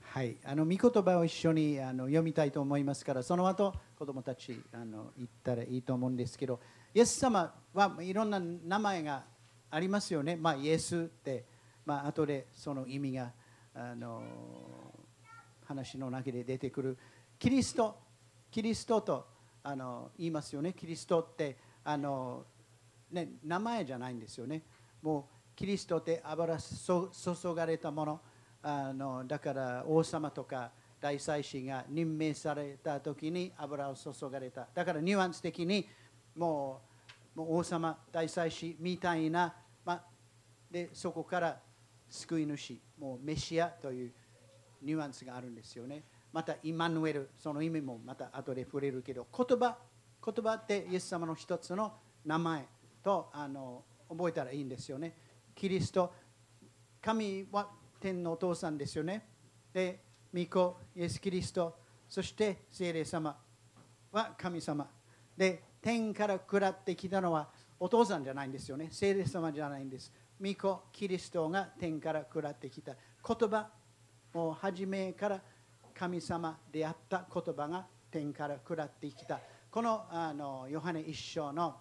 はい、御言葉を一緒に読みたいと思いますから、その後子供たち言ったらいいと思うんですけど、イエス様はいろんな名前がありますよね。イエスって、後でその意味が話の中で出てくる。キリストと言いますよね。キリストって名前じゃないんですよね。もうキリストって油注がれたもの。だから王様とか大祭司が任命された時に油を注がれた。だからニュアンス的にもう王様大祭司みたいな、でそこから救い主、もうメシアというニュアンスがあるんですよね。またイマヌエル、その意味もまた後で触れるけど、言葉ってイエス様の一つの名前と覚えたらいいんですよね。キリスト、神は天のお父さんですよね。で、御子、イエス・キリスト、そして聖霊様は神様。で、天から下ってきたのはお父さんじゃないんですよね。聖霊様じゃないんです。御子、キリストが天から下ってきた。言葉、もう初めから神様であった言葉が天から下ってきた。このヨハネ一章の、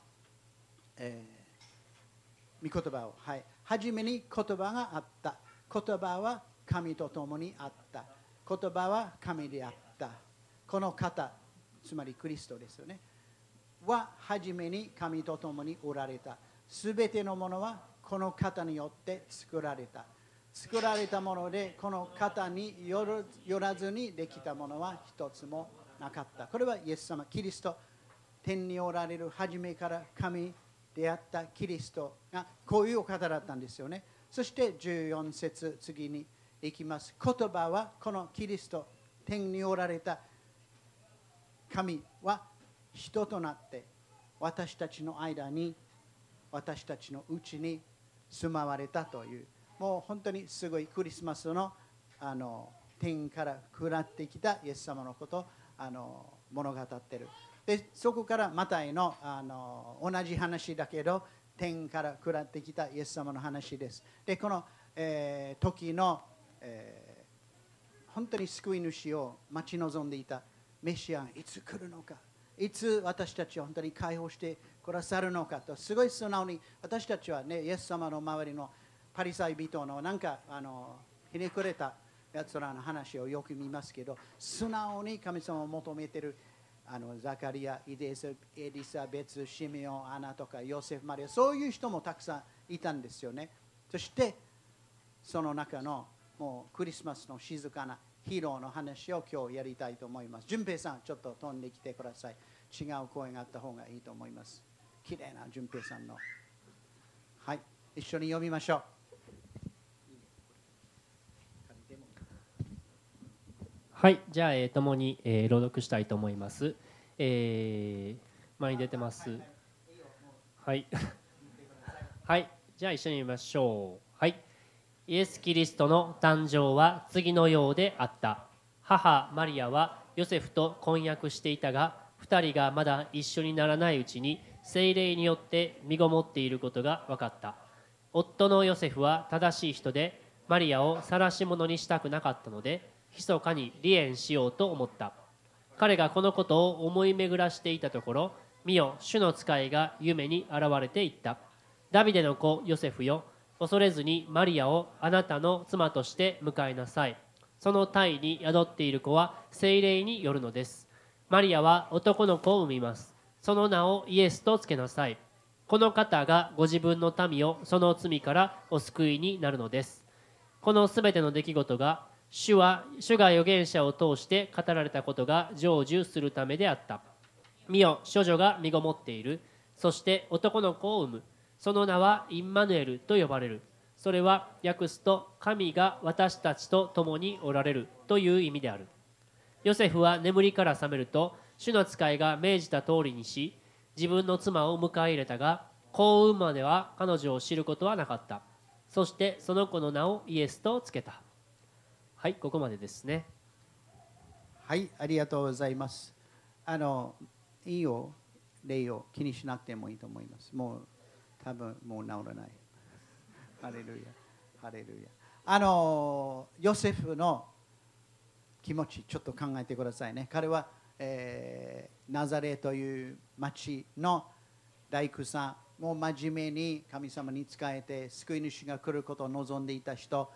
御言葉を、初めに言葉があった。言葉は神と共にあった。言葉は神であった。この方、つまりクリストですよね。は初めに神と共におられた。すべてのものはこの方によって作られた。作られたもので、この方によらずにできたものは一つもなかった。これはイエス様、キリスト、天におられる初めから神であったキリストがこういうお方だったんですよね。そして14節、次に行きます。言葉はこのキリスト、天におられた神は人となって私たちの間に、私たちのうちに住まわれたという、もう本当にすごいクリスマスの天から下ってきたイエス様のことを物語っている。でそこからマタイの同じ話だけど天から下ってきたイエス様の話です。でこの、時の、本当に救い主を待ち望んでいたメシアがいつ来るのか、いつ私たちを本当に解放してくださるのかと、すごい素直に私たちはね、イエス様の周りのパリサイ人のなんかひねくれたやつらの話をよく見ますけど、素直に神様を求めているザカリア、エリザベツ、シメオン、アナとかヨセフ、マリア、そういう人もたくさんいたんですよね。そしてその中のもうクリスマスの静かなヒーローの話を今日やりたいと思います。順平さん、ちょっと飛んできてください。違う声があった方がいいと思います。きれいな順平さんの。はい、一緒に読みましょう。 はい、じゃあ、共に、朗読したいと思います。前に出てます。はい。はい、じゃあ一緒に読みましょう。はい。イエス・キリストの誕生は次のようであった。母マリアはヨセフと婚約していたが、2人がまだ一緒にならないうちに聖霊によって身ごもっていることが分かった。夫のヨセフは正しい人で、マリアを晒し者にしたくなかったので、密かに離縁しようと思った。彼がこのことを思い巡らしていたところ、見よ、主の使いが夢に現れていった。ダビデの子ヨセフよ、恐れずにマリアをあなたの妻として迎えなさい。その胎に宿っている子は聖霊によるのです。マリアは男の子を産みます。その名をイエスとつけなさい。この方がご自分の民をその罪からお救いになるのです。このすべての出来事が主が預言者を通して語られたことが成就するためであった。見よ、処女が身ごもっている。そして男の子を産む。その名はインマヌエルと呼ばれる。それは訳すと神が私たちと共におられるという意味である。ヨセフは眠りから覚めると、主の使いが命じた通りにし、自分の妻を迎え入れたが、子を産むまでは彼女を知ることはなかった。そしてその子の名をイエスとつけた。はい、ここまでですね。 はい、ありがとうございます。いいよ、霊を気にしなくてもいいと思います。もう多分もう治らない。ハレルヤ、ハレルヤ。ヨセフの気持ちちょっと考えてくださいね。彼は、ナザレという町の大工さん、もう真面目に神様に仕えて救い主が来ることを望んでいた人、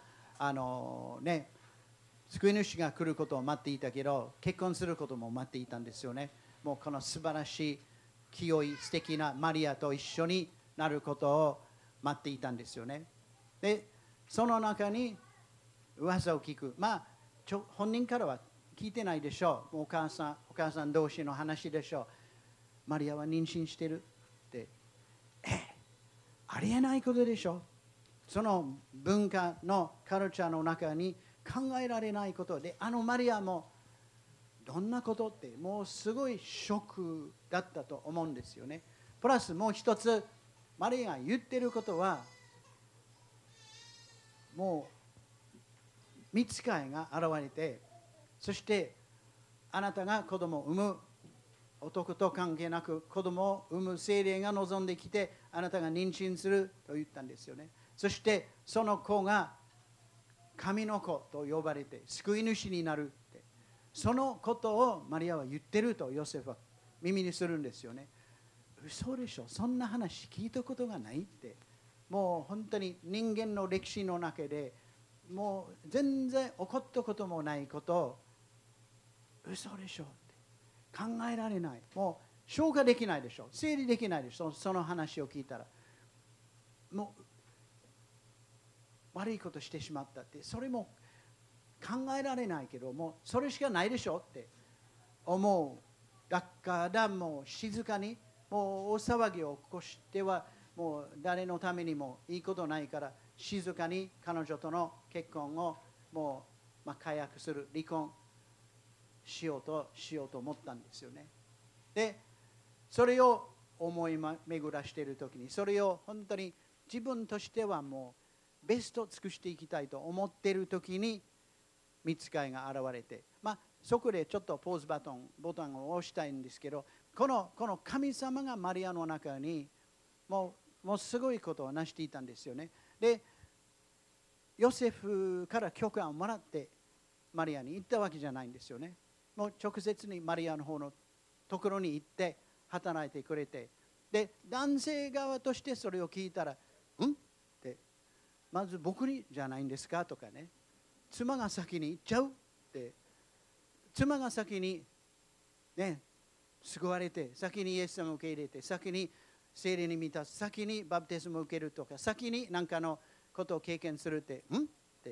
救い主が来ることを待っていたけど、結婚することも待っていたんですよね。もうこの素晴らしい清い素敵なマリアと一緒になることを待っていたんですよね。でその中に噂を聞く、本人からは聞いてないでしょう。お母さん同士の話でしょう。マリアは妊娠してるって、ありえないことでしょう。その文化のカルチャーの中に考えられないことで、マリアもどんなことって、もうすごいショックだったと思うんですよね。プラスもう一つ、マリアが言ってることは、もう御使いが現れて、そしてあなたが子供を産む、男と関係なく子供を産む聖霊が望んできて、あなたが妊娠すると言ったんですよね。そしてその子が神の子と呼ばれて救い主になるって、そのことをマリアは言ってるとヨセフは耳にするんですよね。嘘でしょ、そんな話聞いたことがないって。もう本当に人間の歴史の中でもう全然起こったこともないことを嘘でしょって考えられない。もう消化できないでしょ、整理できないでしょ。その話を聞いたらもう悪いことしてしまったって、それも考えられないけど、もうそれしかないでしょって思う。だからもう静かに、もう大騒ぎを起こしてはもう誰のためにもいいことないから、静かに彼女との結婚をもう解約する、離婚しようと思ったんですよね。でそれを思い巡らしている時に、それを本当に自分としてはもうベストを尽くしていきたいと思っている時に御使いが現れて、そこでちょっとポーズボタンを押したいんですけど、この神様がマリアの中にもうすごいことを成していたんですよね。でヨセフから許可をもらってマリアに行ったわけじゃないんですよね。もう直接にマリアの方のところに行って働いてくれて、で男性側としてそれを聞いたら、ってまず僕にじゃないんですかとかね、妻が先に行っちゃうって、妻が先にね救われて、先にイエス様を受け入れて、先に聖霊に満たす、先にバプテスマを受けるとか、先に何かのことを経験するって、って、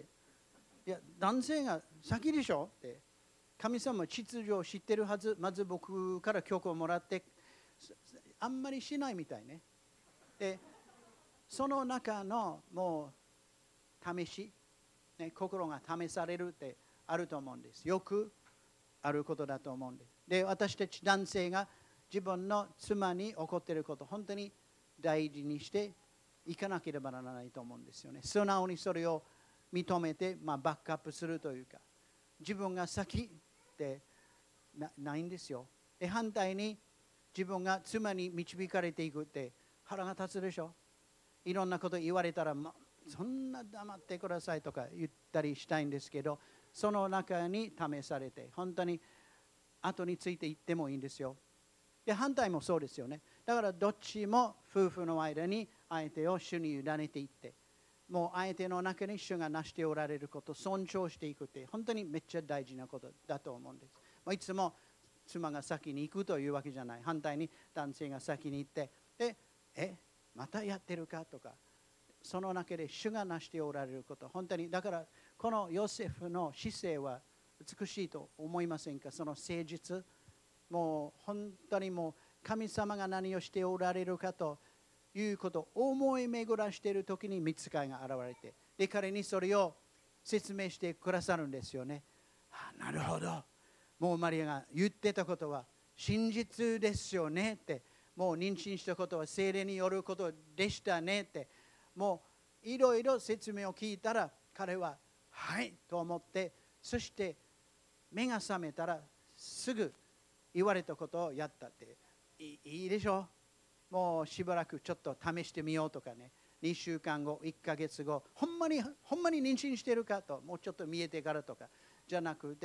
いや男性が先でしょって、神様は秩序を知ってるはず、まず僕から許可をもらってあんまりしないみたいね。でその中のもう試し、心が試されるってあると思うんです。よくあることだと思うんです。で私たち男性が自分の妻に起こっていること、本当に大事にしていかなければならないと思うんですよね。素直にそれを認めて、バックアップするというか、自分が先ってないんですよ。で反対に自分が妻に導かれていくって腹が立つでしょ。いろんなこと言われたら、そんな黙ってくださいとか言ったりしたいんですけど、その中に試されて本当に後についていってもいいんですよ。で反対もそうですよね。だからどっちも夫婦の間に相手を主に委ねていって、もう相手の中に主がなしておられることを尊重していくって本当にめっちゃ大事なことだと思うんです。いつも妻が先に行くというわけじゃない。反対に男性が先に行って、でまたやってるかとか、その中で主がなしておられること、本当にだからこのヨセフの姿勢は美しいと思いませんか。その誠実、もう本当にもう神様が何をしておられるかということを思い巡らしている時に御使いが現れて、で彼にそれを説明してくださるんですよね。なるほど、もうマリアが言ってたことは真実ですよねって、もう妊娠したことは聖霊によることでしたねって、もういろいろ説明を聞いたら彼ははいと思って、そして目が覚めたらすぐ言われたことをやったって、いいでしょ。もうしばらくちょっと試してみようとかね、2週間後1ヶ月後ほんまに妊娠してるかと、もうちょっと見えてからとかじゃなくて、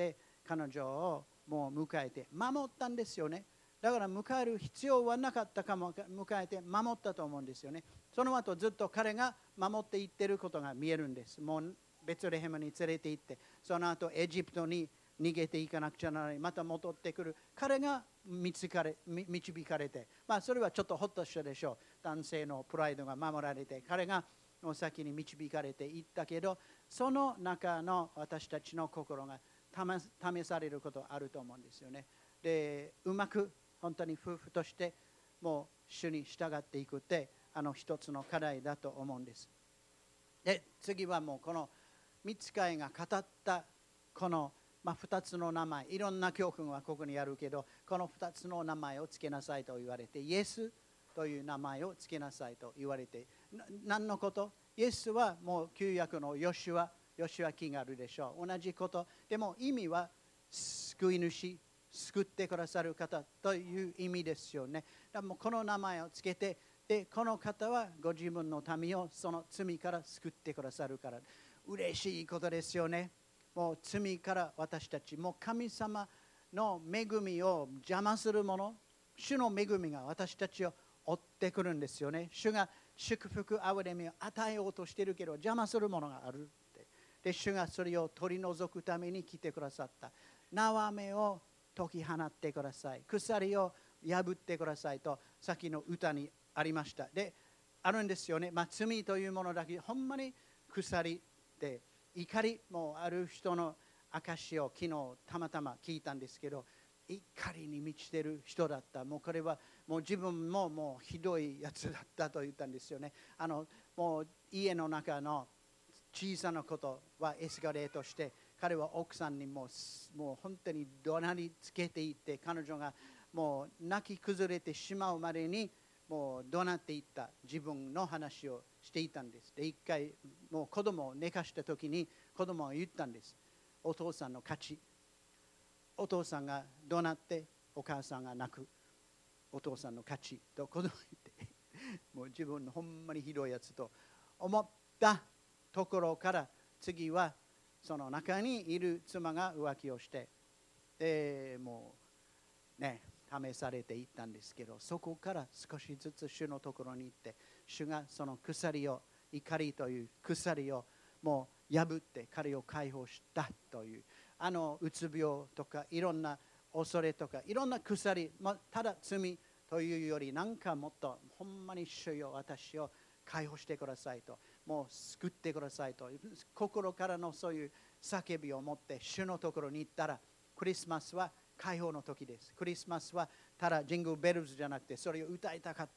彼女をもう迎えて守ったんですよね。だから迎える必要はなかったかも、迎えて守ったと思うんですよね。その後ずっと彼が守っていってることが見えるんです。もうベツレヘムに連れて行って、その後エジプトに逃げていかなくちゃならない、また戻ってくる。彼が導かれて、それはちょっとほっとしたでしょう。男性のプライドが守られて、彼がお先に導かれていったけど、その中の私たちの心が試されることあると思うんですよね。で、うまく本当に夫婦としてもう主に従っていくって一つの課題だと思うんです。で、次はもうこの御使いが語ったこの2つの名前、いろんな教訓はここにあるけど、この2つの名前をつけなさいと言われて、イエスという名前をつけなさいと言われて、何のこと？イエスはもう旧約のヨシュア記があるでしょう。同じこと。でも意味は救い主、救ってくださる方という意味ですよね。だからもうこの名前をつけて、でこの方はご自分の民をその罪から救ってくださるから、嬉しいことですよね。もう罪から私たち、もう神様の恵みを邪魔するもの、主の恵みが私たちを追ってくるんですよね。主が祝福、憐れみを与えようとしているけど邪魔するものがあるって。で、主がそれを取り除くために来てくださった。縄目を解き放ってください。鎖を破ってくださいと、さっきの歌にありました。で、あるんですよね。罪というものだけ、ほんまに鎖って怒りもある人の証を昨日たまたま聞いたんですけど、怒りに満ちている人だった。もうこれはもう自分ももうひどいやつだったと言ったんですよね。もう家の中の小さなことはエスカレートして、彼は奥さんにもう本当に怒鳴りつけていって、彼女がもう泣き崩れてしまうまでにもう怒鳴っていった自分の話をしていたんです。で、一回もう子供を寝かした時に子供が言ったんです。お父さんの勝ち。お父さんが怒鳴ってお母さんが泣く。お父さんの勝ちと子供が言ってもう自分のほんまにひどいやつと思ったところから、次はその中にいる妻が浮気をして、でもうね試されていったんですけど、そこから少しずつ主のところに行って、主がその鎖を、怒りという鎖をもう破って彼を解放したという、うつ病とかいろんな恐れとかいろんな鎖、ただ罪というよりなんかもっとほんまに主よ私を解放してくださいと、もう救ってくださいと心からのそういう叫びを持って主のところに行ったら、クリスマスは解放の時です。クリスマスはただジングルベルズじゃなくてそれを歌いたかった、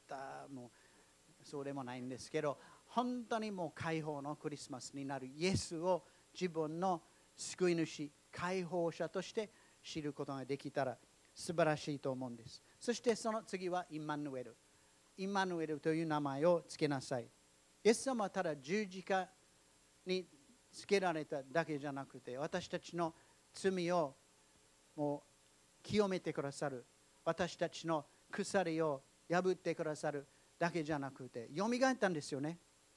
もうそうでもないんですけど、本当にもう解放のクリスマスになるイエスを自分の救い主、解放者として知ることができたら素晴らしいと思うんです。そしてその次はインマヌエル。インマヌエルという名前をつけなさい。イエス様はただ十字架につけられただけじゃなくて、私たちの罪をもう清めてくださる、私たちの鎖を破ってくださるだけじゃなくて、よみがえったんですよね。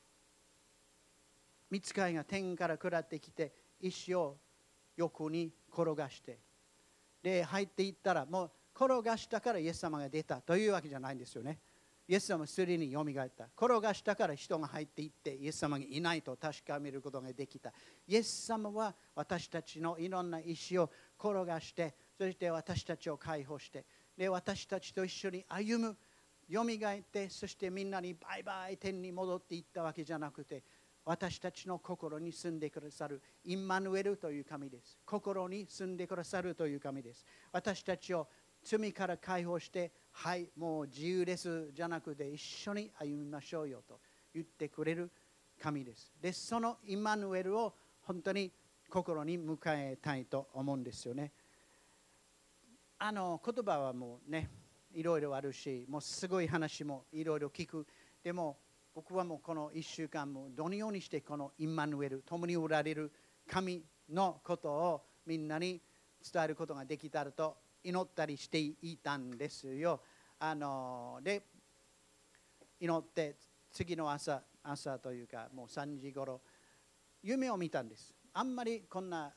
御使いが天から下ってきて石を横に転がして、で入っていったら、もう転がしたからイエス様が出たというわけじゃないんですよね。イエス様はすでによみがえった。転がしたから人が入っていってイエス様がいないと確かめることができた。イエス様は私たちのいろんな石を転がして、そして私たちを解放して、で私たちと一緒に歩む、よみがえって、そしてみんなにバイバイ天に戻っていったわけじゃなくて、私たちの心に住んでくださるインマヌエルという神です。心に住んでくださるという神です。私たちを罪から解放して、はい、もう自由ですじゃなくて一緒に歩みましょうよと言ってくれる神です。で、そのインマヌエルを本当に心に迎えたいと思うんですよね。言葉はもうね、いろいろあるし、もうすごい話もいろいろ聞く。でも僕はもうこの1週間もどのようにしてこのインマヌエル、共におられる神のことをみんなに伝えることができたらと祈ったりしていたんですよ。で、祈って次の朝というかもう3時頃夢を見たんです。あんまりこんな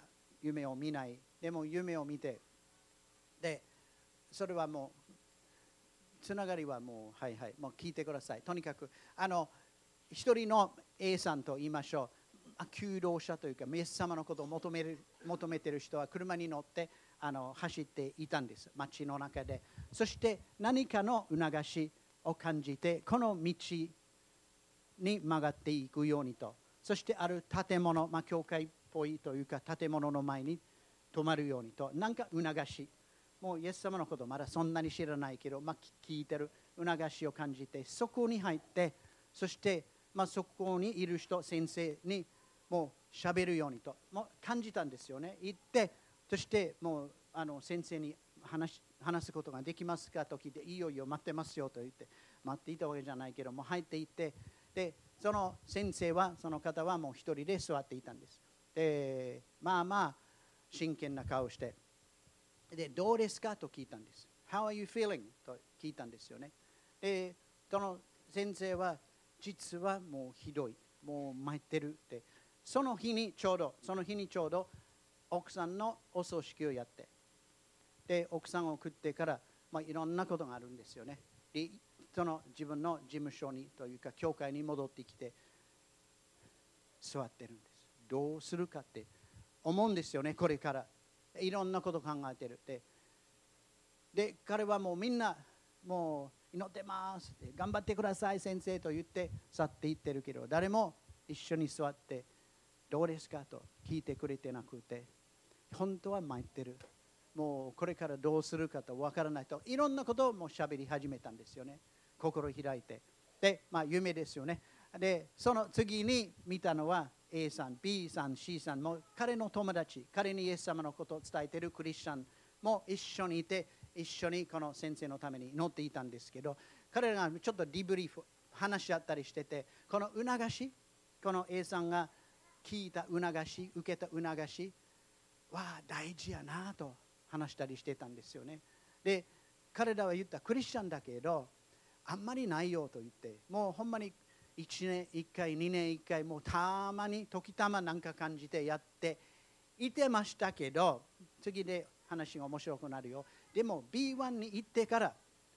夢を見ない。でも夢を見て、でそれはもうつながりはもうもう聞いてください。とにかく一人の A さんと言いましょう。求道者というかイエス様のことを求めている人は車に乗って走っていたんです、街の中で。そして何かの促しを感じて、この道に曲がっていくようにと、そしてある建物、教会っぽいというか建物の前に止まるようにと、なんか促し、もうイエス様のことまだそんなに知らないけど、聞いてる促しを感じて、そこに入って、そして、そこにいる人、先生にもう喋るようにともう感じたんですよね。行って、そしてもう先生に話すことができますかと聞いて、いいよいいよ待ってますよと言って、待っていたわけじゃないけども入っていって、でその先生は、その方はもう一人で座っていたんです。で真剣な顔をして、でどうですかと聞いたんです。 How are you feeling? と聞いたんですよね。でその先生は、実はもうひどい、もう参ってるって。その日にちょうど奥さんのお葬式をやって、で奥さんを送ってから、いろんなことがあるんですよね。でその自分の事務所にというか教会に戻ってきて座ってるんです。どうするかって思うんですよね。これからいろんなこと考えてるって。で彼はもうみんなもう祈ってますって、頑張ってください先生と言って去っていってるけど、誰も一緒に座ってどうですかと聞いてくれてなくて、本当は参ってる、もうこれからどうするかとわからないと、いろんなことをもう喋り始めたんですよね。心開いて。で夢ですよね。でその次に見たのは A さん B さん C さんも、彼の友達、彼にイエス様のことを伝えているクリスチャンも一緒にいて、一緒にこの先生のために祈っていたんですけど、彼らがちょっとディブリーフ話し合ったりしてて、この促し、この A さんが聞いた促し、受けた促しは大事やなと話したりしてたんですよね。で彼らは言った、クリスチャンだけどあんまりないよと言って、もうほんまに1年1回2年1回、もうたまに時たまなんか感じてやっていてましたけど、次で話が面白くなるよ。でも B1 に行ってから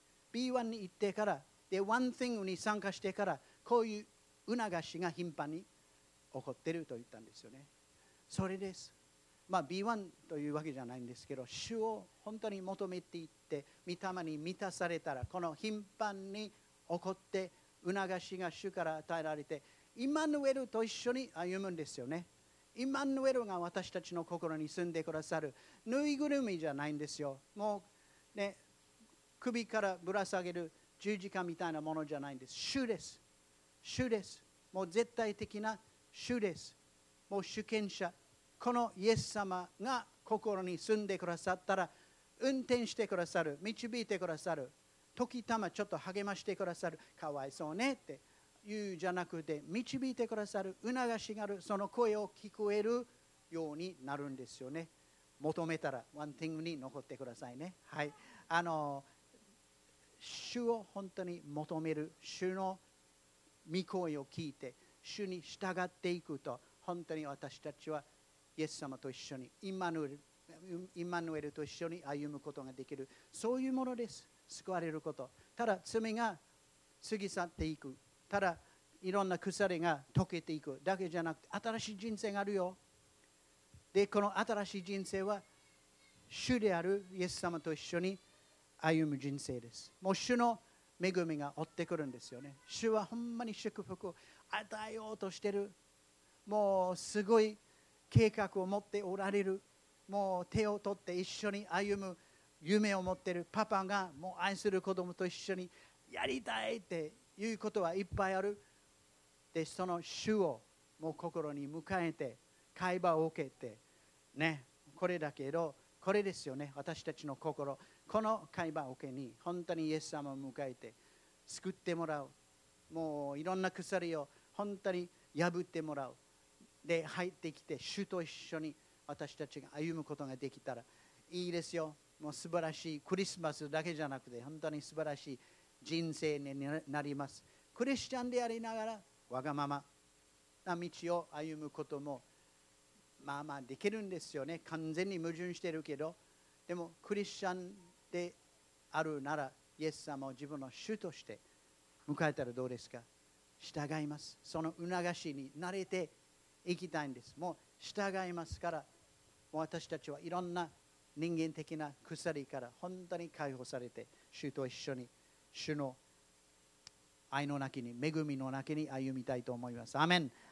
で One Thing に参加してから、こういう促しが頻繁に起こっていると言ったんですよね。それです。B1 というわけじゃないんですけど、主を本当に求めていって、御霊に満たされたら、この頻繁に起こって促しが主から与えられて、イマヌエルと一緒に歩むんですよね。イマヌエルが私たちの心に住んでくださる、ぬいぐるみじゃないんですよ。もうね、首からぶら下げる十字架みたいなものじゃないんです。主です。主です。もう絶対的な主です。もう主権者。このイエス様が心に住んでくださったら、運転してくださる、導いてくださる、時たまちょっと励ましてくださる、かわいそうねって言うじゃなくて、導いてくださる、促しがある、その声を聞こえるようになるんですよね。求めたらワンティングに残ってくださいね。はい。主を本当に求める、主の御声を聞いて主に従っていくと、本当に私たちはイエス様と一緒にイマヌエルと一緒に歩むことができる、そういうものです。救われること、ただ罪が過ぎ去っていく、ただいろんな鎖が解けていくだけじゃなくて、新しい人生があるよ。でこの新しい人生は主であるイエス様と一緒に歩む人生です。もう主の恵みが追ってくるんですよね。主はほんまに祝福を与えようとしてる、もうすごい計画を持っておられる、もう手を取って一緒に歩む夢を持っているパパが、もう愛する子供と一緒にやりたいっていうことはいっぱいある。でその主をもう心に迎えて会話を受けてね、これだけどこれですよね。私たちの心、この会話を受けに本当にイエス様を迎えて救ってもらう、もういろんな鎖を本当に破ってもらう。で入ってきて主と一緒に私たちが歩むことができたらいいですよ。もう素晴らしいクリスマスだけじゃなくて、本当に素晴らしい人生になります。クリスチャンでありながらわがままな道を歩むこともまあまあできるんですよね。完全に矛盾してるけど、でもクリスチャンであるなら、イエス様を自分の主として迎えたらどうですか？従います。その促しに慣れていきたいんです。もう従いますから、もう私たちはいろんな人間的な鎖から本当に解放されて、主と一緒に主の愛の中に、恵みの中に歩みたいと思います。アーメン。